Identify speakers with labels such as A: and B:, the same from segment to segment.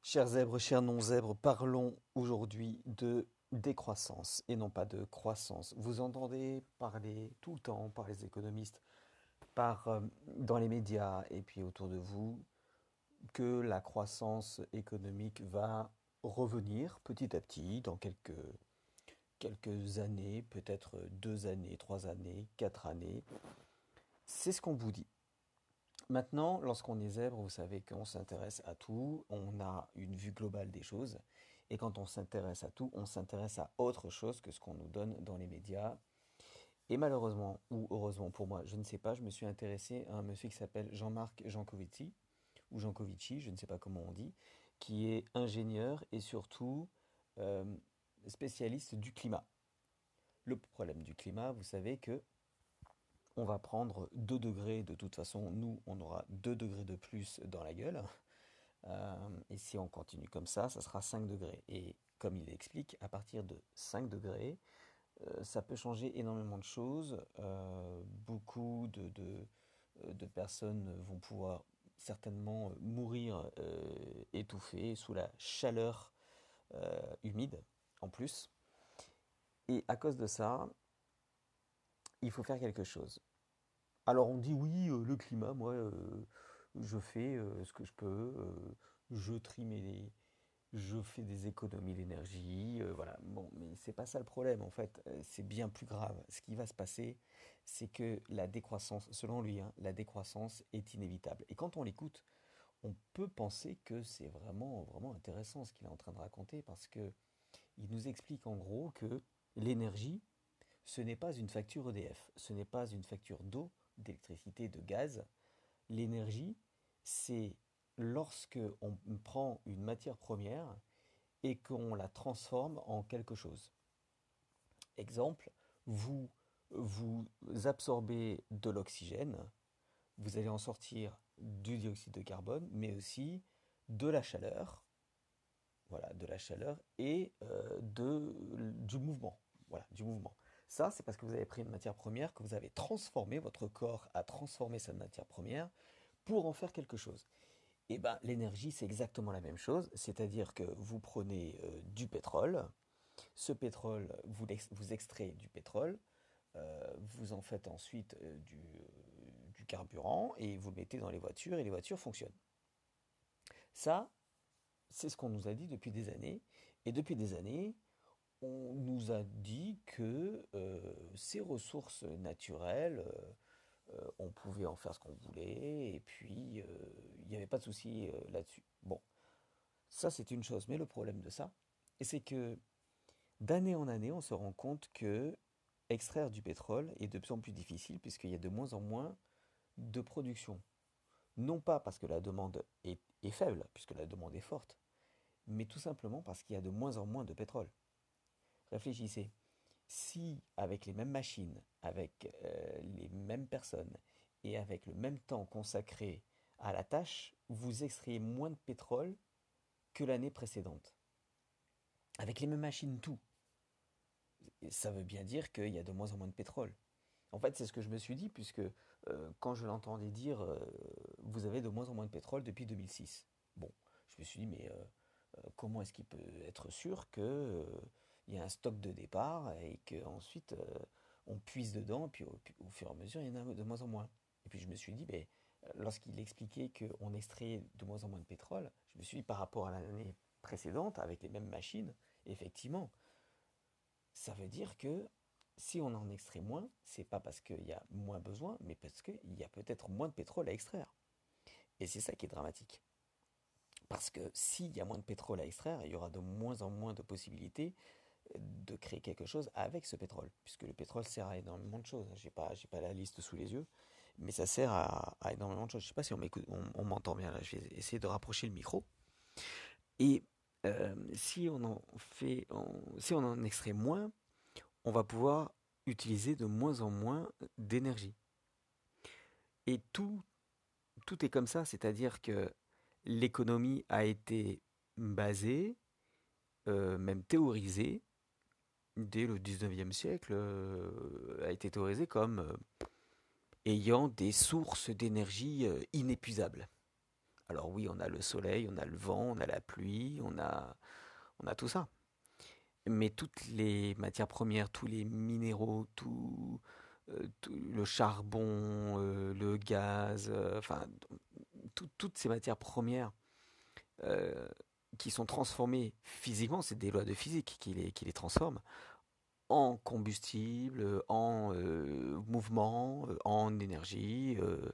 A: Chers zèbres, chers non-zèbres, parlons aujourd'hui de décroissance et non pas de croissance. Vous entendez parler tout le temps par les économistes, dans les médias et puis autour de vous, que la croissance économique va revenir petit à petit dans quelques années, peut-être 2 années, 3 années, 4 années. C'est ce qu'on vous dit. Maintenant, lorsqu'on est zèbre, vous savez qu'on s'intéresse à tout, on a une vue globale des choses, et quand on s'intéresse à tout, on s'intéresse à autre chose que ce qu'on nous donne dans les médias. Et malheureusement, ou heureusement pour moi, je ne sais pas, je me suis intéressé à un monsieur qui s'appelle Jean-Marc Jancovici, ou Jancovici, je ne sais pas comment on dit, qui est ingénieur et surtout euh, spécialiste du climat. Le problème du climat, vous savez que on va prendre 2 degrés, de toute façon, nous, on aura 2 degrés de plus dans la gueule. Et si on continue comme ça sera 5 degrés. Et comme il explique, à partir de 5 degrés, ça peut changer énormément de choses. Beaucoup de personnes vont pouvoir certainement mourir étouffées sous la chaleur humide en plus. Et à cause de ça, il faut faire quelque chose. Alors on dit oui, le climat, moi, je fais ce que je peux, je trie je fais des économies d'énergie, voilà. Bon, mais c'est pas ça le problème en fait, c'est bien plus grave. Ce qui va se passer, c'est que la décroissance, selon lui, hein, la décroissance est inévitable. Et quand on l'écoute, on peut penser que c'est vraiment, vraiment intéressant ce qu'il est en train de raconter parce que il nous explique en gros que l'énergie, ce n'est pas une facture EDF, ce n'est pas une facture d'eau, d'électricité, de gaz. L'énergie, c'est lorsque on prend une matière première et qu'on la transforme en quelque chose. Exemple, vous, vous absorbez de l'oxygène, vous allez en sortir du dioxyde de carbone, mais aussi de la chaleur, voilà, de la chaleur et du mouvement. Voilà, du mouvement. Ça, c'est parce que vous avez pris une matière première, que vous avez transformé, votre corps a transformé cette matière première pour en faire quelque chose. Et ben, l'énergie, c'est exactement la même chose, c'est-à-dire que vous prenez du pétrole, ce pétrole, vous extrayez du pétrole, vous en faites ensuite du carburant et vous le mettez dans les voitures et les voitures fonctionnent. Ça, c'est ce qu'on nous a dit depuis des années. Et depuis des années, on nous a dit que ces ressources naturelles, on pouvait en faire ce qu'on voulait, et puis il n'y avait pas de souci là-dessus. Bon, ça c'est une chose, mais le problème de ça, c'est que d'année en année, on se rend compte que extraire du pétrole est de plus en plus difficile, puisqu'il y a de moins en moins de production. Non pas parce que la demande est faible, puisque la demande est forte, mais tout simplement parce qu'il y a de moins en moins de pétrole. Réfléchissez, si avec les mêmes machines, avec les mêmes personnes et avec le même temps consacré à la tâche, vous extrayez moins de pétrole que l'année précédente. Avec les mêmes machines, tout. Ça veut bien dire qu'il y a de moins en moins de pétrole. En fait, c'est ce que je me suis dit, puisque quand je l'entendais dire, vous avez de moins en moins de pétrole depuis 2006. Bon, je me suis dit, mais comment est-ce qu'il peut être sûr que il y a un stock de départ et qu'ensuite on puise dedans, et puis au fur et à mesure, il y en a de moins en moins. Et puis je me suis dit, mais, lorsqu'il expliquait qu'on extrait de moins en moins de pétrole, je me suis dit, par rapport à l'année précédente, avec les mêmes machines, effectivement, ça veut dire que si on en extrait moins, c'est pas parce qu'il y a moins besoin, mais parce qu'il y a peut-être moins de pétrole à extraire. Et c'est ça qui est dramatique. Parce que s'il y a moins de pétrole à extraire, il y aura de moins en moins de possibilités de créer quelque chose avec ce pétrole. Puisque le pétrole sert à énormément de choses. J'ai pas la liste sous les yeux, mais ça sert à énormément de choses. Je sais pas si on m'entend bien là. Je vais essayer de rapprocher le micro. Et si on en si on en extrait moins, on va pouvoir utiliser de moins en moins d'énergie. Et tout est comme ça, c'est-à-dire que l'économie a été basée, même théorisée, dès le 19e siècle, a été théorisée comme ayant des sources d'énergie inépuisables. Alors oui, on a le soleil, on a le vent, on a la pluie, on a tout ça. Mais toutes les matières premières, tous les minéraux, tout le charbon, le gaz, enfin, toutes ces matières premières euh, qui sont transformées physiquement, c'est des lois de physique qui les transforment en combustible, en mouvement, en énergie,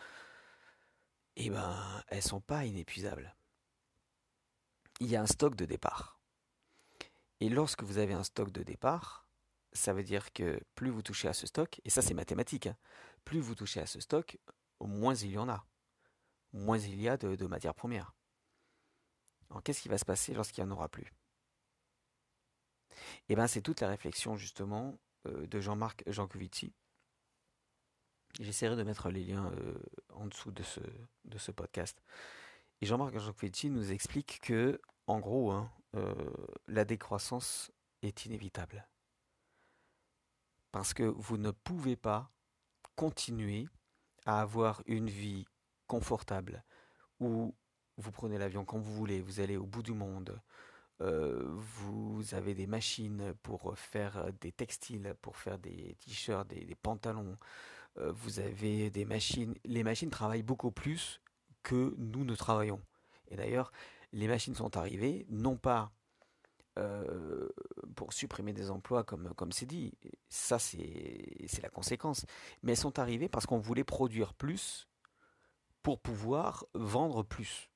A: et ben, elles sont pas inépuisables. Il y a un stock de départ. Et lorsque vous avez un stock de départ, ça veut dire que plus vous touchez à ce stock, et ça c'est mathématique, hein, plus vous touchez à ce stock, moins il y en a, moins il y a de matières premières. Alors qu'est-ce qui va se passer lorsqu'il n'y en aura plus? Et ben c'est toute la réflexion justement de Jean-Marc Jancovici. J'essaierai de mettre les liens en dessous de ce podcast. Et Jean-Marc Jancovici nous explique que, en gros, hein, la décroissance est inévitable. Parce que vous ne pouvez pas continuer à avoir une vie confortable où vous prenez l'avion quand vous voulez, vous allez au bout du monde, vous avez des machines pour faire des textiles, pour faire des t-shirts, des pantalons, vous avez des machines. Les machines travaillent beaucoup plus que nous ne travaillons. Et d'ailleurs, les machines sont arrivées, non pas euh, pour supprimer des emplois comme c'est dit, ça c'est la conséquence, mais elles sont arrivées parce qu'on voulait produire plus pour pouvoir vendre plus.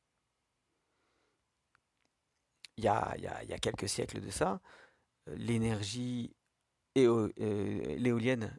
A: Il y a quelques siècles de ça, l'énergie l'éolienne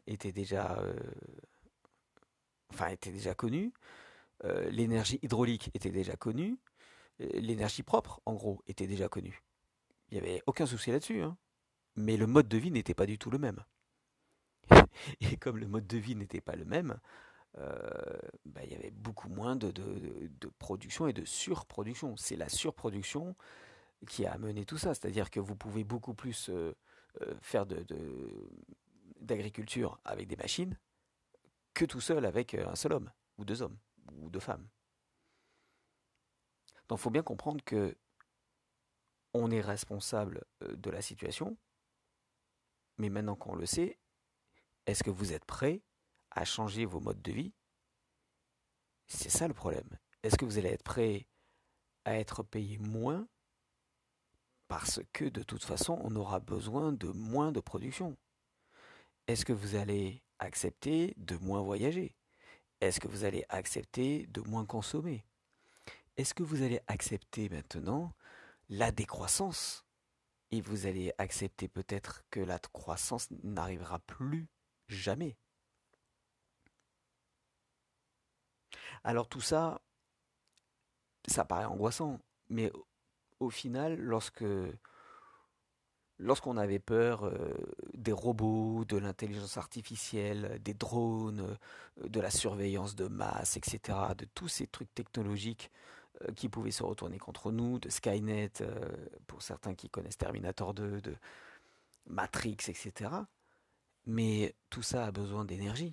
A: était déjà connue, l'énergie hydraulique était déjà connue, l'énergie propre, en gros, était déjà connue. Il n'y avait aucun souci là-dessus, hein. Mais le mode de vie n'était pas du tout le même. Et comme le mode de vie n'était pas le même, bah, il y avait beaucoup moins de production et de surproduction. C'est la surproduction qui a amené tout ça. C'est-à-dire que vous pouvez beaucoup plus faire d'agriculture avec des machines que tout seul avec un seul homme, ou deux hommes, ou deux femmes. Donc il faut bien comprendre que on est responsable de la situation, mais maintenant qu'on le sait, est-ce que vous êtes prêt à changer vos modes de vie? C'est ça le problème. Est-ce que vous allez être prêt à être payé moins parce que de toute façon on aura besoin de moins de production? Est-ce que vous allez accepter de moins voyager? Est-ce que vous allez accepter de moins consommer? Est-ce que vous allez accepter maintenant la décroissance? Et vous allez accepter peut-être que la croissance n'arrivera plus jamais. Alors tout ça, ça paraît angoissant, mais au final, lorsqu'on avait peur des robots, de l'intelligence artificielle, des drones, de la surveillance de masse, etc., de tous ces trucs technologiques qui pouvaient se retourner contre nous, de Skynet, pour certains qui connaissent Terminator 2, de Matrix, etc. Mais tout ça a besoin d'énergie.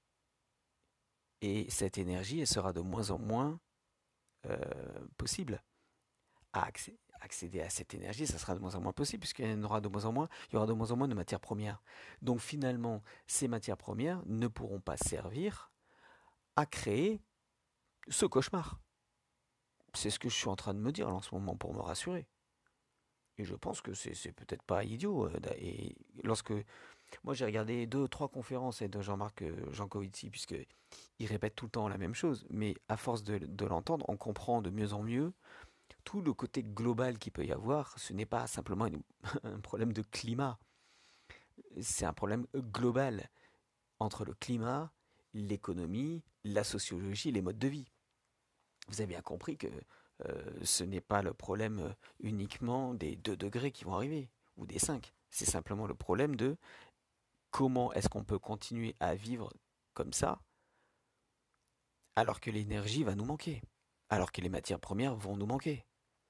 A: Et cette énergie, elle sera de moins en moins possible. Accéder à cette énergie, ça sera de moins en moins possible, puisqu'il y en aura de moins en moins, il y aura de moins en moins de matières premières. Donc finalement, ces matières premières ne pourront pas servir à créer ce cauchemar. C'est ce que je suis en train de me dire là, en ce moment pour me rassurer. Et je pense que c'est peut-être pas idiot. Et lorsque moi j'ai regardé deux, trois conférences de Jean-Marc Jancovici, puisque il répète tout le temps la même chose, mais à force de l'entendre, on comprend de mieux en mieux tout le côté global qu'il peut y avoir. Ce n'est pas simplement un problème de climat, c'est un problème global entre le climat, l'économie, la sociologie, les modes de vie. Vous avez bien compris que ce n'est pas le problème uniquement des 2 degrés qui vont arriver, ou des 5. C'est simplement le problème de comment est-ce qu'on peut continuer à vivre comme ça alors que l'énergie va nous manquer, alors que les matières premières vont nous manquer.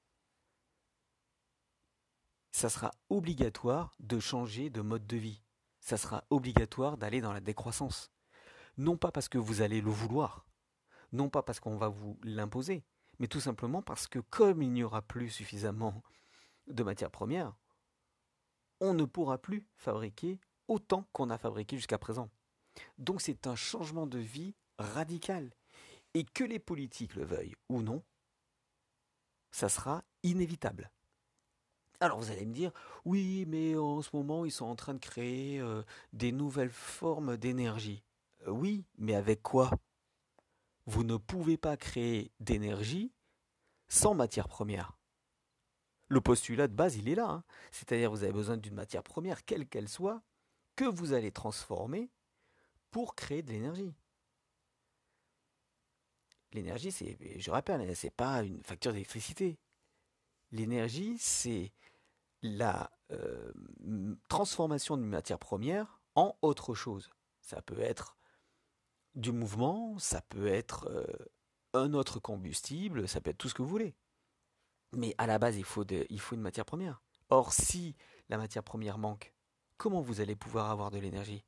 A: Ça sera obligatoire de changer de mode de vie. Ça sera obligatoire d'aller dans la décroissance. Non pas parce que vous allez le vouloir, non pas parce qu'on va vous l'imposer, Mais tout simplement parce que comme il n'y aura plus suffisamment de matières premières, on ne pourra plus fabriquer autant qu'on a fabriqué jusqu'à présent. Donc c'est un changement de vie radical. Et que les politiques le veuillent ou non, ça sera inévitable. Alors vous allez me dire, oui, mais en ce moment, ils sont en train de créer des nouvelles formes d'énergie. Oui, mais avec quoi? Vous ne pouvez pas créer d'énergie sans matière première. Le postulat de base, il est là, hein. C'est-à-dire vous avez besoin d'une matière première, quelle qu'elle soit, que vous allez transformer pour créer de l'énergie. L'énergie, c'est, je rappelle, c'est pas une facture d'électricité. L'énergie, c'est la transformation d'une matière première en autre chose. Ça peut être du mouvement, ça peut être un autre combustible, ça peut être tout ce que vous voulez. Mais à la base, il faut une matière première. Or, si la matière première manque, comment vous allez pouvoir avoir de l'énergie?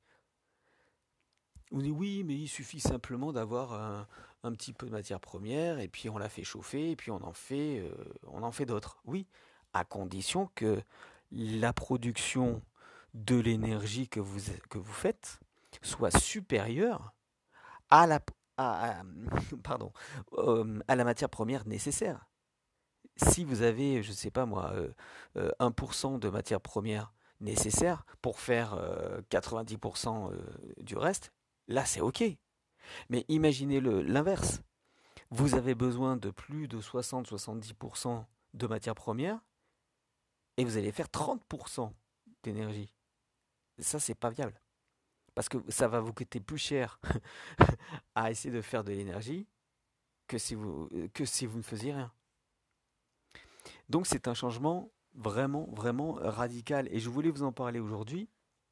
A: On dit oui, mais il suffit simplement d'avoir un petit peu de matière première et puis on la fait chauffer et puis on en fait d'autres. Oui, à condition que la production de l'énergie que vous faites soit supérieure à pardon, à la matière première nécessaire. Si vous avez, je ne sais pas moi, 1% de matière première nécessaire pour faire 90% du reste, là c'est OK. Mais imaginez l'inverse. Vous avez besoin de plus de 60-70% de matière première et vous allez faire 30% d'énergie. Ça, c'est pas viable. Parce que ça va vous coûter plus cher à essayer de faire de l'énergie que si vous ne faisiez rien. Donc c'est un changement vraiment, vraiment radical. Et je voulais vous en parler aujourd'hui.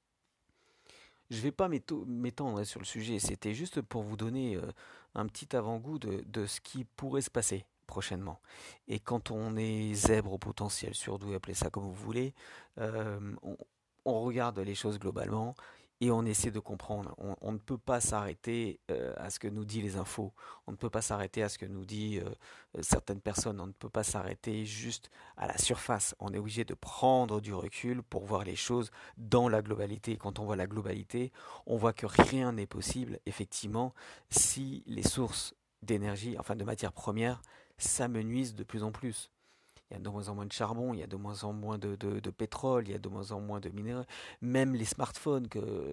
A: Je ne vais pas m'étendre sur le sujet. C'était juste pour vous donner un petit avant-goût de ce qui pourrait se passer prochainement. Et quand on est zèbre au potentiel, surdoué, appelez ça comme vous voulez, euh, on, on regarde les choses globalement et on essaie de comprendre. On ne peut pas s'arrêter à ce que nous disent les infos. On ne peut pas s'arrêter à ce que nous disent certaines personnes. On ne peut pas s'arrêter juste à la surface. On est obligé de prendre du recul pour voir les choses dans la globalité. Quand on voit la globalité, on voit que rien n'est possible, effectivement, si les sources d'énergie, enfin de matières premières, s'amenuisent de plus en plus. Il y a de moins en moins de charbon, il y a de moins en moins de pétrole, il y a de moins en moins de minéraux. Même les smartphones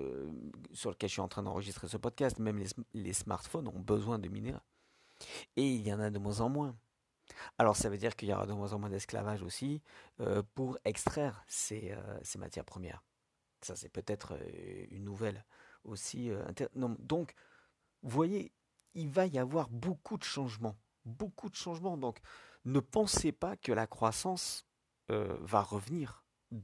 A: sur lesquels je suis en train d'enregistrer ce podcast, même les smartphones ont besoin de minéraux. Et il y en a de moins en moins. Alors ça veut dire qu'il y aura de moins en moins d'esclavage aussi pour extraire ces matières premières. Ça c'est peut-être une nouvelle aussi. Non, donc, vous voyez, il va y avoir beaucoup de changements. Beaucoup de changements. Donc, ne pensez pas que la croissance va revenir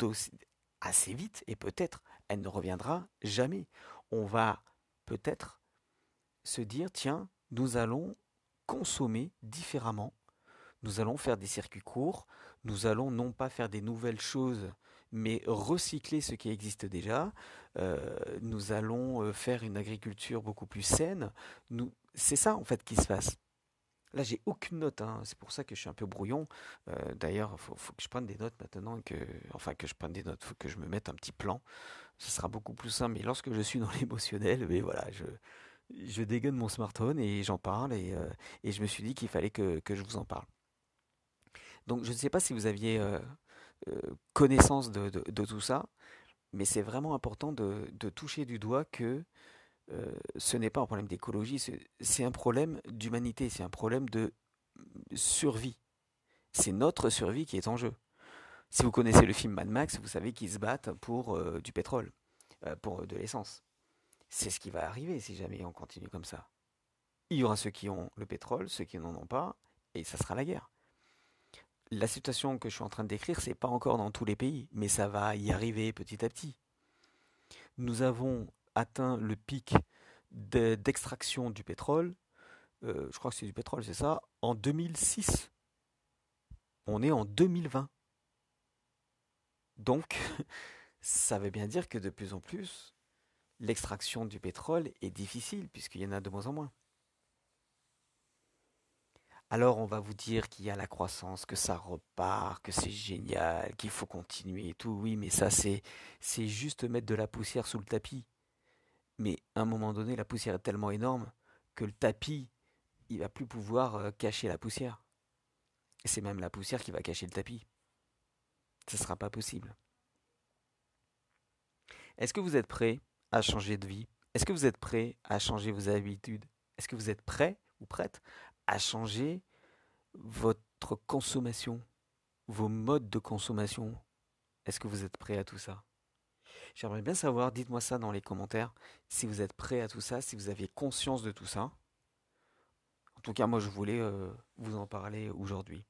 A: assez vite et peut-être elle ne reviendra jamais. On va peut-être se dire, tiens, nous allons consommer différemment, nous allons faire des circuits courts, nous allons non pas faire des nouvelles choses, mais recycler ce qui existe déjà, nous allons faire une agriculture beaucoup plus saine. C'est ça en fait qui se passe. Là, j'ai aucune note, hein. C'est pour ça que je suis un peu brouillon. D'ailleurs, faut que je prenne des notes maintenant, enfin que je prenne des notes, faut que je me mette un petit plan. Ce sera beaucoup plus simple. Mais lorsque je suis dans l'émotionnel, mais voilà, je dégaine mon smartphone et j'en parle et je me suis dit qu'il fallait que je vous en parle. Donc, je ne sais pas si vous aviez connaissance de tout ça, mais c'est vraiment important de toucher du doigt que ce n'est pas un problème d'écologie, c'est un problème d'humanité, c'est un problème de survie. C'est notre survie qui est en jeu. Si vous connaissez le film Mad Max, vous savez qu'ils se battent pour du pétrole, pour de l'essence. C'est ce qui va arriver si jamais on continue comme ça. Il y aura ceux qui ont le pétrole, ceux qui n'en ont pas, et ça sera la guerre. La situation que je suis en train de décrire, c'est pas encore dans tous les pays, mais ça va y arriver petit à petit. Nous avons atteint le pic d'extraction du pétrole, je crois que c'est du pétrole, c'est ça, en 2006. On est en 2020. Donc, ça veut bien dire que de plus en plus, l'extraction du pétrole est difficile puisqu'il y en a de moins en moins. Alors on va vous dire qu'il y a la croissance, que ça repart, que c'est génial, qu'il faut continuer et tout. Oui, mais ça c'est juste mettre de la poussière sous le tapis. Mais à un moment donné, la poussière est tellement énorme que le tapis, il va plus pouvoir cacher la poussière. Et c'est même la poussière qui va cacher le tapis. Ça sera pas possible. Est-ce que vous êtes prêt à changer de vie? Est-ce que vous êtes prêt à changer vos habitudes? Est-ce que vous êtes prêt ou prête à changer votre consommation, vos modes de consommation? Est-ce que vous êtes prêt à tout ça? J'aimerais bien savoir, dites-moi ça dans les commentaires, si vous êtes prêt à tout ça, si vous avez conscience de tout ça. En tout cas, moi, je voulais vous en parler aujourd'hui.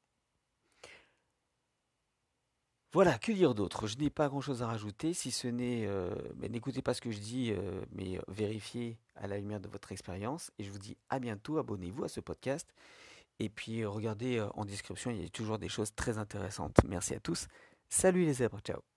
A: Voilà, que dire d'autre? Je n'ai pas grand-chose à rajouter, si ce n'est, mais n'écoutez pas ce que je dis, mais vérifiez à la lumière de votre expérience. Et je vous dis à bientôt, abonnez-vous à ce podcast. Et puis regardez en description, il y a toujours des choses très intéressantes. Merci à tous. Salut les zèbres, ciao.